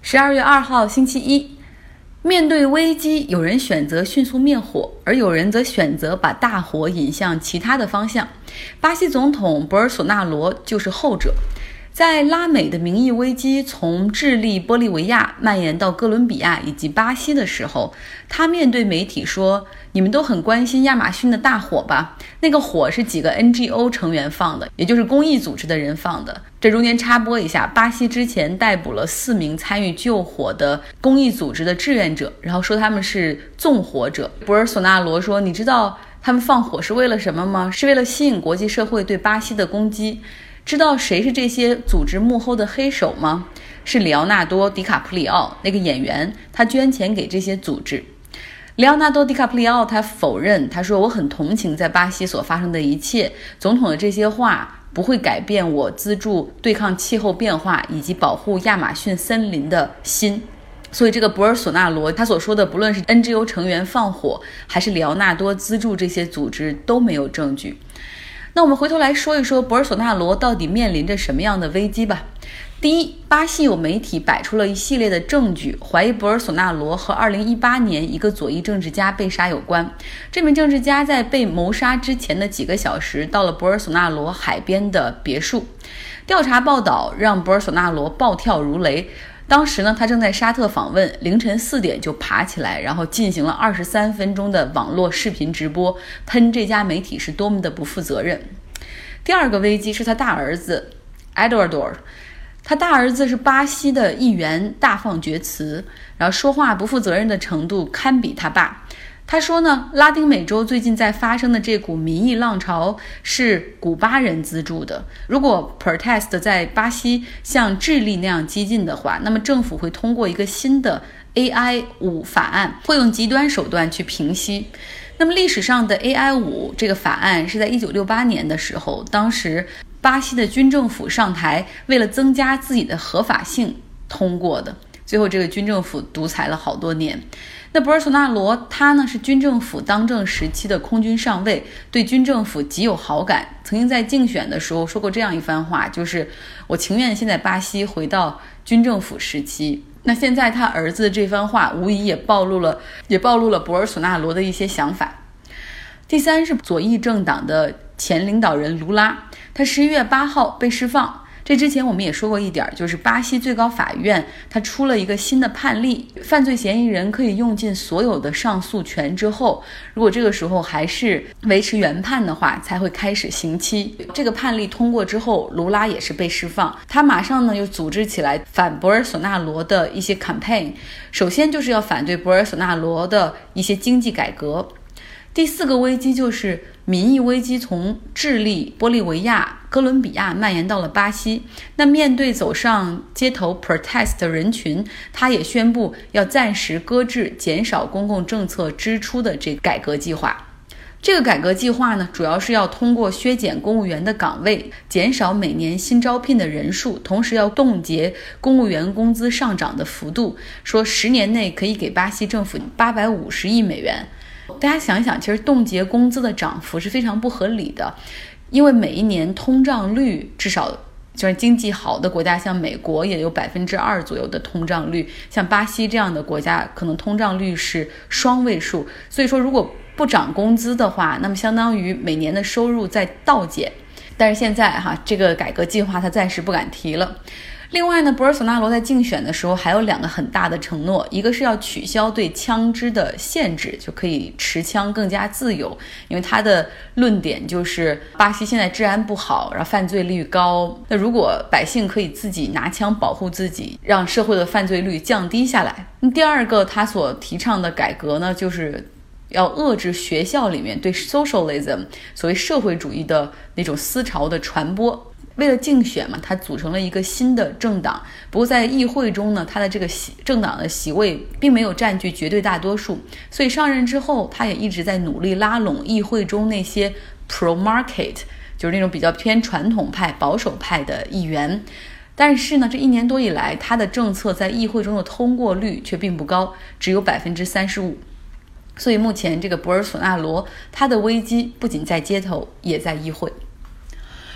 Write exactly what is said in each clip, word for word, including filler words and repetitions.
十二月二号星期一，面对危机，有人选择迅速灭火，而有人则选择把大火引向其他的方向。巴西总统博尔索纳罗就是后者。在拉美的民意危机从智利、玻利维亚蔓延到哥伦比亚以及巴西的时候，他面对媒体说：“你们都很关心亚马逊的大火吧？那个火是几个 N G O 成员放的，也就是公益组织的人放的。”这中间插播一下，巴西之前逮捕了四名参与救火的公益组织的志愿者，然后说他们是纵火者。博尔索纳罗说：“你知道他们放火是为了什么吗？是为了吸引国际社会对巴西的攻击。知道谁是这些组织幕后的黑手吗？是里奥纳多·迪卡普里奥，那个演员，他捐钱给这些组织。”里奥纳多·迪卡普里奥他否认，他说：“我很同情在巴西所发生的一切，总统的这些话不会改变我资助对抗气候变化以及保护亚马逊森林的心。”所以这个博尔索纳罗他所说的，不论是 N G O 成员放火，还是里奥纳多资助这些组织，都没有证据。那我们回头来说一说博尔索纳罗到底面临着什么样的危机吧。第一，巴西有媒体摆出了一系列的证据，怀疑博尔索纳罗和二零一八年一个左翼政治家被杀有关。这名政治家在被谋杀之前的几个小时到了博尔索纳罗海边的别墅。调查报道让博尔索纳罗暴跳如雷。当时呢，他正在沙特访问，凌晨四点就爬起来，然后进行了二十三分钟的网络视频直播，喷这家媒体是多么的不负责任。第二个危机是他大儿子 Eduardo， 他大儿子是巴西的议员，大放厥词，然后说话不负责任的程度堪比他爸。他说呢，拉丁美洲最近在发生的这股民意浪潮是古巴人资助的。如果 protest 在巴西像智利那样激进的话，那么政府会通过一个新的 A I 五 法案，会用极端手段去平息。那么历史上的 A I 五 这个法案是在一九六八年的时候，当时巴西的军政府上台，为了增加自己的合法性通过的。最后这个军政府独裁了好多年。那博尔索纳罗他呢是军政府当政时期的空军上尉，对军政府极有好感，曾经在竞选的时候说过这样一番话，就是我情愿现在巴西回到军政府时期。那现在他儿子的这番话无疑也暴露了也暴露了博尔索纳罗的一些想法。第三是左翼政党的前领导人卢拉，他十一月八号被释放。这之前我们也说过一点，就是巴西最高法院它出了一个新的判例，犯罪嫌疑人可以用尽所有的上诉权之后，如果这个时候还是维持原判的话，才会开始刑期。这个判例通过之后，卢拉也是被释放，他马上呢又组织起来反博尔索纳罗的一些 campaign， 首先就是要反对博尔索纳罗的一些经济改革。第四个危机就是民意危机从智利、玻利维亚、哥伦比亚蔓延到了巴西。那面对走上街头 protest 的人群，他也宣布要暂时搁置减少公共政策支出的这个改革计划。这个改革计划呢，主要是要通过削减公务员的岗位，减少每年新招聘的人数，同时要冻结公务员工资上涨的幅度，说十年内可以给巴西政府八百五十亿美元。大家想一想，其实冻结工资的涨幅是非常不合理的，因为每一年通胀率至少就是经济好的国家，像美国也有百分之二左右的通胀率，像巴西这样的国家可能通胀率是双位数。所以说如果不涨工资的话，那么相当于每年的收入在倒减。但是现在哈，这个改革计划他暂时不敢提了。另外呢，博尔索纳罗在竞选的时候还有两个很大的承诺，一个是要取消对枪支的限制，就可以持枪更加自由，因为他的论点就是巴西现在治安不好，然后犯罪率高，那如果百姓可以自己拿枪保护自己，让社会的犯罪率降低下来。第二个他所提倡的改革呢，就是要遏制学校里面对 socialism 所谓社会主义的那种思潮的传播。为了竞选嘛，他组成了一个新的政党，不过在议会中呢，他的这个政党的席位并没有占据绝对大多数，所以上任之后他也一直在努力拉拢议会中那些 pro market， 就是那种比较偏传统派保守派的议员。但是呢，这一年多以来，他的政策在议会中的通过率却并不高，只有百分之三十五。所以目前这个博尔索纳罗他的危机不仅在街头，也在议会。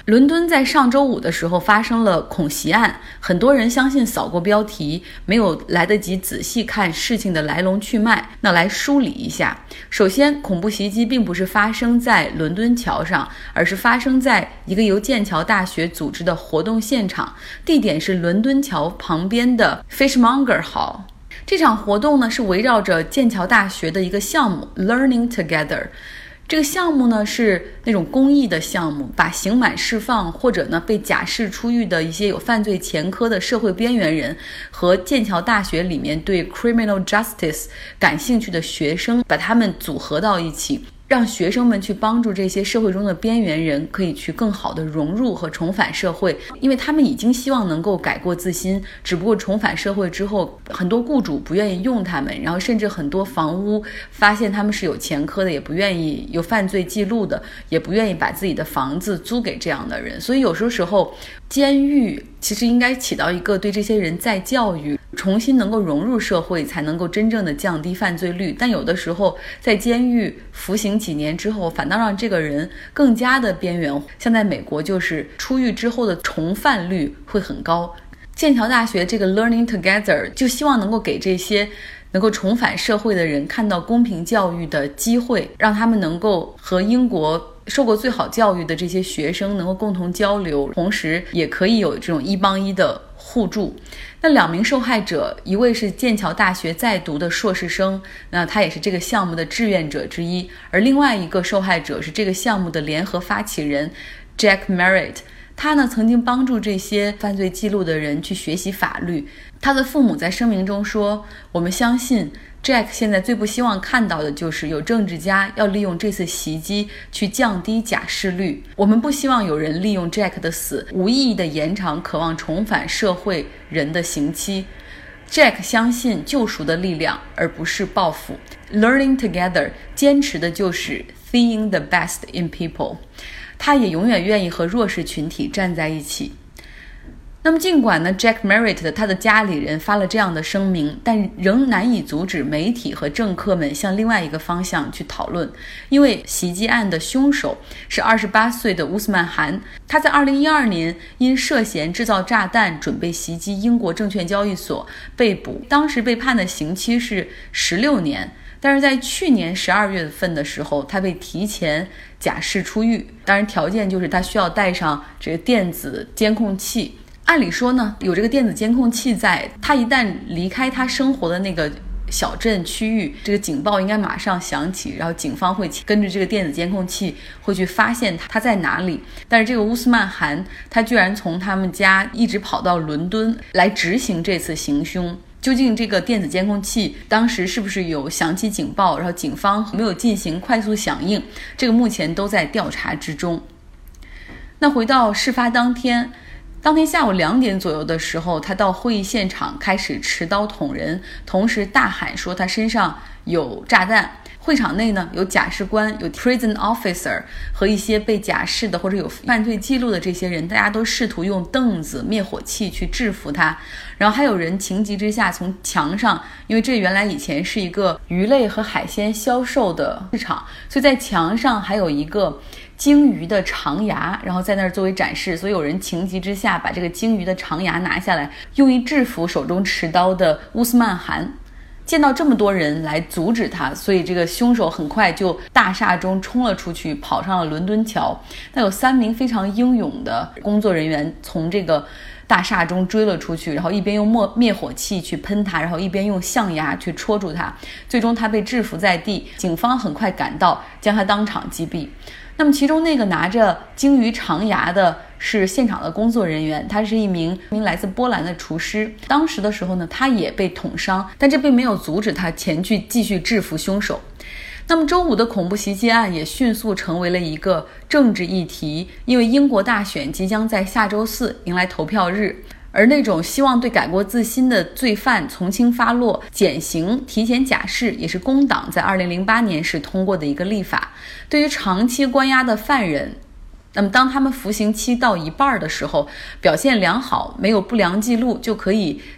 伦敦在上周五的时候发生了恐袭案，很多人相信扫过标题，没有来得及仔细看事情的来龙去脉。那来梳理一下，首先，恐怖袭击并不是发生在伦敦桥上，而是发生在一个由剑桥大学组织的活动现场，地点是伦敦桥旁边的 Fishmonger Hall。这场活动呢是围绕着剑桥大学的一个项目 Learning Together。这个项目呢是那种公益的项目，把刑满释放或者呢被假释出狱的一些有犯罪前科的社会边缘人和剑桥大学里面对 criminal justice 感兴趣的学生，把他们组合到一起，让学生们去帮助这些社会中的边缘人可以去更好的融入和重返社会，因为他们已经希望能够改过自新，只不过重返社会之后，很多雇主不愿意用他们，然后甚至很多房屋发现他们是有前科的，也不愿意有犯罪记录的，也不愿意把自己的房子租给这样的人。所以有时候时候监狱其实应该起到一个对这些人再教育，重新能够融入社会，才能够真正的降低犯罪率。但有的时候在监狱服刑几年之后，反倒让这个人更加的边缘，像在美国就是出狱之后的重犯率会很高。剑桥大学这个 Learning Together 就希望能够给这些能够重返社会的人看到公平教育的机会，让他们能够和英国受过最好教育的这些学生能够共同交流，同时也可以有这种一帮一的互助。那两名受害者，一位是剑桥大学在读的硕士生，那他也是这个项目的志愿者之一，而另外一个受害者是这个项目的联合发起人 Jack Merritt。他呢曾经帮助这些犯罪记录的人去学习法律。他的父母在声明中说，我们相信 Jack 现在最不希望看到的就是有政治家要利用这次袭击去降低假释率。我们不希望有人利用 Jack 的死无意义的延长渴望重返社会人的刑期。Jack 相信救赎的力量，而不是报复。Learning Together 坚持的就是 seeing the best in people。他也永远愿意和弱势群体站在一起。那么尽管呢 Jack Merritt 的他的家里人发了这样的声明，但仍难以阻止媒体和政客们向另外一个方向去讨论。因为袭击案的凶手是二十八岁的乌斯曼汗，他在二零一二年因涉嫌制造炸弹准备袭击英国证券交易所被捕，当时被判的刑期是十六年。但是在去年十二月份的时候，他被提前假释出狱，当然条件就是他需要带上这个电子监控器。按理说呢，有这个电子监控器在，他一旦离开他生活的那个小镇区域，这个警报应该马上响起，然后警方会根据这个电子监控器会去发现他在哪里。但是这个乌斯曼汗他居然从他们家一直跑到伦敦来执行这次行凶。究竟这个电子监控器当时是不是有响起警报，然后警方没有进行快速响应，这个目前都在调查之中。那回到事发当天，当天下午两点左右的时候，他到会议现场开始持刀捅人，同时大喊说他身上有炸弹。会场内呢有假释官，有 prison officer 和一些被假释的或者有犯罪记录的这些人，大家都试图用凳子灭火器去制服他。然后还有人情急之下从墙上，因为这原来以前是一个鱼类和海鲜销售的市场，所以在墙上还有一个鲸鱼的长牙，然后在那儿作为展示，所以有人情急之下把这个鲸鱼的长牙拿下来，用以制服手中持刀的乌斯曼汗。见到这么多人来阻止他，所以这个凶手很快就大厦中冲了出去，跑上了伦敦桥。那有三名非常英勇的工作人员从这个大厦中追了出去，然后一边用灭火器去喷他，然后一边用象牙去戳住他，最终他被制服在地。警方很快赶到，将他当场击毙。那么其中那个拿着鲸鱼长牙的是现场的工作人员，他是一名一名来自波兰的厨师。当时的时候呢，他也被捅伤，但这并没有阻止他前去继续制服凶手。那么周五的恐怖袭击案也迅速成为了一个政治议题，因为英国大选即将在下周四迎来投票日。而那种希望对改过自新的罪犯从轻发落、减刑、提前假释，也是工党在二零零八年时通过的一个立法。对于长期关押的犯人，那么当他们服刑期到一半的时候，表现良好，没有不良记录，就可以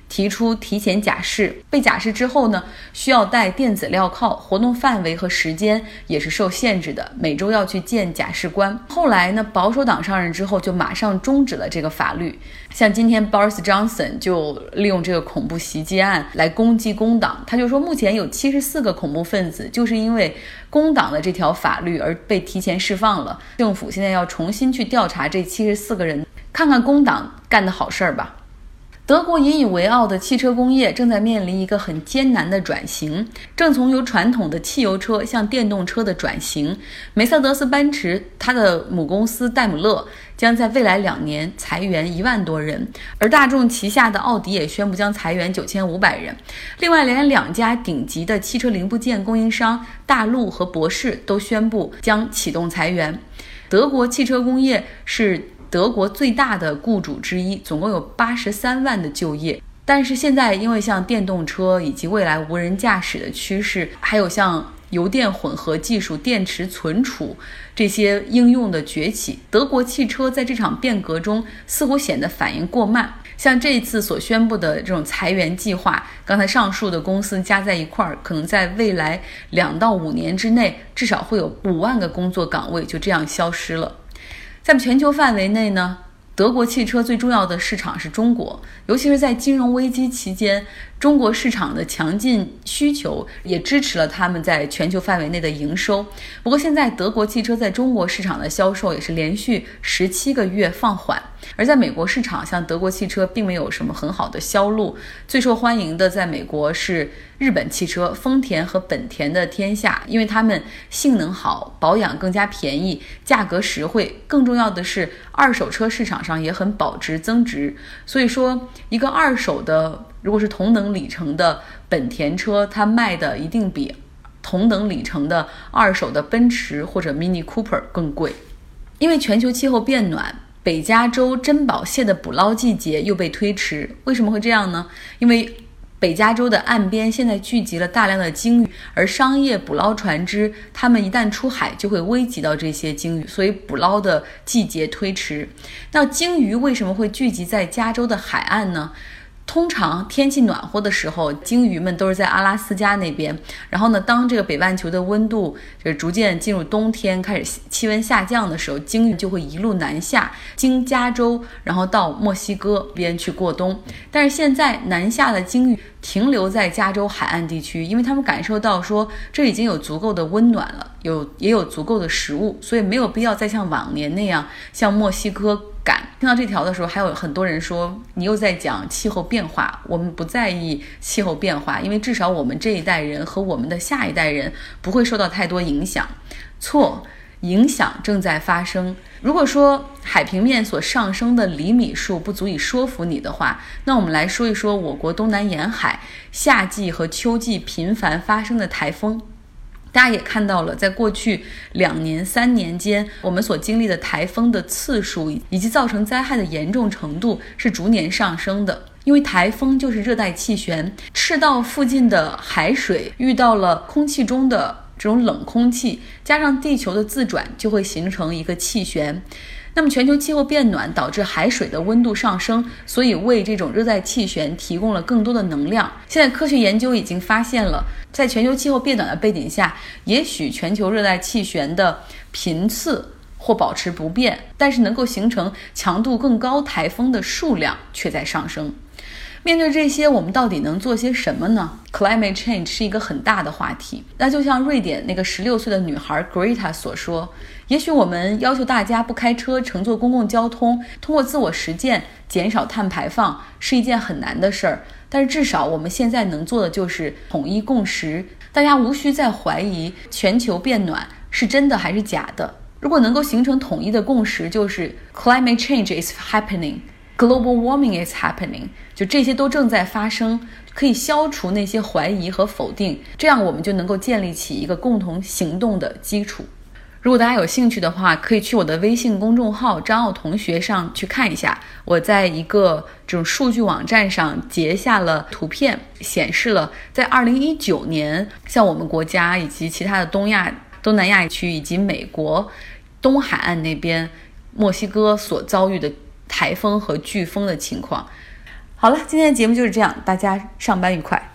提出提前假释，被假释之后呢，需要带电子镣铐，活动范围和时间也是受限制的，每周要去见假释官。后来呢，保守党上任之后就马上终止了这个法律。像今天 Boris Johnson 就利用这个恐怖袭击案来攻击工党，他就说目前有七十四个恐怖分子就是因为工党的这条法律而被提前释放了，政府现在要重新去调查这七十四个人，看看工党干的好事儿吧。德国引以为傲的汽车工业正在面临一个很艰难的转型，正从由传统的汽油车向电动车的转型。梅赛德斯奔驰它的母公司戴姆勒将在未来两年裁员一万多人，而大众旗下的奥迪也宣布将裁员九千五百人。另外，连两家顶级的汽车零部件供应商大陆和博世都宣布将启动裁员。德国汽车工业是德国最大的雇主之一，总共有八十三万的就业。但是现在因为像电动车以及未来无人驾驶的趋势，还有像油电混合技术、电池存储这些应用的崛起，德国汽车在这场变革中似乎显得反应过慢。像这一次所宣布的这种裁员计划，刚才上述的公司加在一块儿，可能在未来两到五年之内，至少会有五万个工作岗位就这样消失了。在全球范围内呢，德国汽车最重要的市场是中国，尤其是在金融危机期间，中国市场的强劲需求也支持了他们在全球范围内的营收。不过现在德国汽车在中国市场的销售也是连续十七个月放缓，而在美国市场，像德国汽车并没有什么很好的销路，最受欢迎的在美国是日本汽车，丰田和本田的天下，因为他们性能好，保养更加便宜，价格实惠，更重要的是二手车市场上也很保值增值。所以说一个二手的如果是同等里程的本田车，它卖的一定比同等里程的二手的奔驰或者 Mini Cooper 更贵。因为全球气候变暖，北加州珍宝蟹的捕捞季节又被推迟。为什么会这样呢？因为北加州的岸边现在聚集了大量的鲸鱼，而商业捕捞船只它们一旦出海就会危及到这些鲸鱼，所以捕捞的季节推迟。那鲸鱼为什么会聚集在加州的海岸呢？通常天气暖和的时候，鲸鱼们都是在阿拉斯加那边，然后呢，当这个北半球的温度就是逐渐进入冬天，开始气温下降的时候，鲸鱼就会一路南下，经加州，然后到墨西哥边去过冬。但是现在南下的鲸鱼停留在加州海岸地区，因为他们感受到说这已经有足够的温暖了，有也有足够的食物，所以没有必要再像往年那样向墨西哥赶。听到这条的时候，还有很多人说你又在讲气候变化。我们不在意气候变化，因为至少我们这一代人和我们的下一代人不会受到太多影响。错，影响正在发生。如果说海平面所上升的厘米数不足以说服你的话，那我们来说一说我国东南沿海夏季和秋季频繁发生的台风。大家也看到了，在过去两年三年间，我们所经历的台风的次数以及造成灾害的严重程度是逐年上升的。因为台风就是热带气旋，赤道附近的海水遇到了空气中的这种冷空气，加上地球的自转，就会形成一个气旋。那么全球气候变暖导致海水的温度上升，所以为这种热带气旋提供了更多的能量。现在科学研究已经发现了，在全球气候变暖的背景下，也许全球热带气旋的频次或保持不变，但是能够形成强度更高台风的数量却在上升。面对这些，我们到底能做些什么呢？ Climate change 是一个很大的话题。那就像瑞典那个十六岁的女孩 Greta 所说，也许我们要求大家不开车，乘坐公共交通，通过自我实践减少碳排放是一件很难的事儿，但是至少我们现在能做的就是统一共识，大家无需再怀疑全球变暖是真的还是假的。如果能够形成统一的共识，就是 Climate change is happening，Global warming is happening， 就这些都正在发生，可以消除那些怀疑和否定，这样我们就能够建立起一个共同行动的基础。如果大家有兴趣的话，可以去我的微信公众号张奥同学上去看一下，我在一个这种数据网站上截下了图片，显示了在二零一九年，像我们国家以及其他的东亚、东南亚区以及美国东海岸那边墨西哥所遭遇的台风和飓风的情况。好。 好了，今天的节目就是这样，大家上班愉快。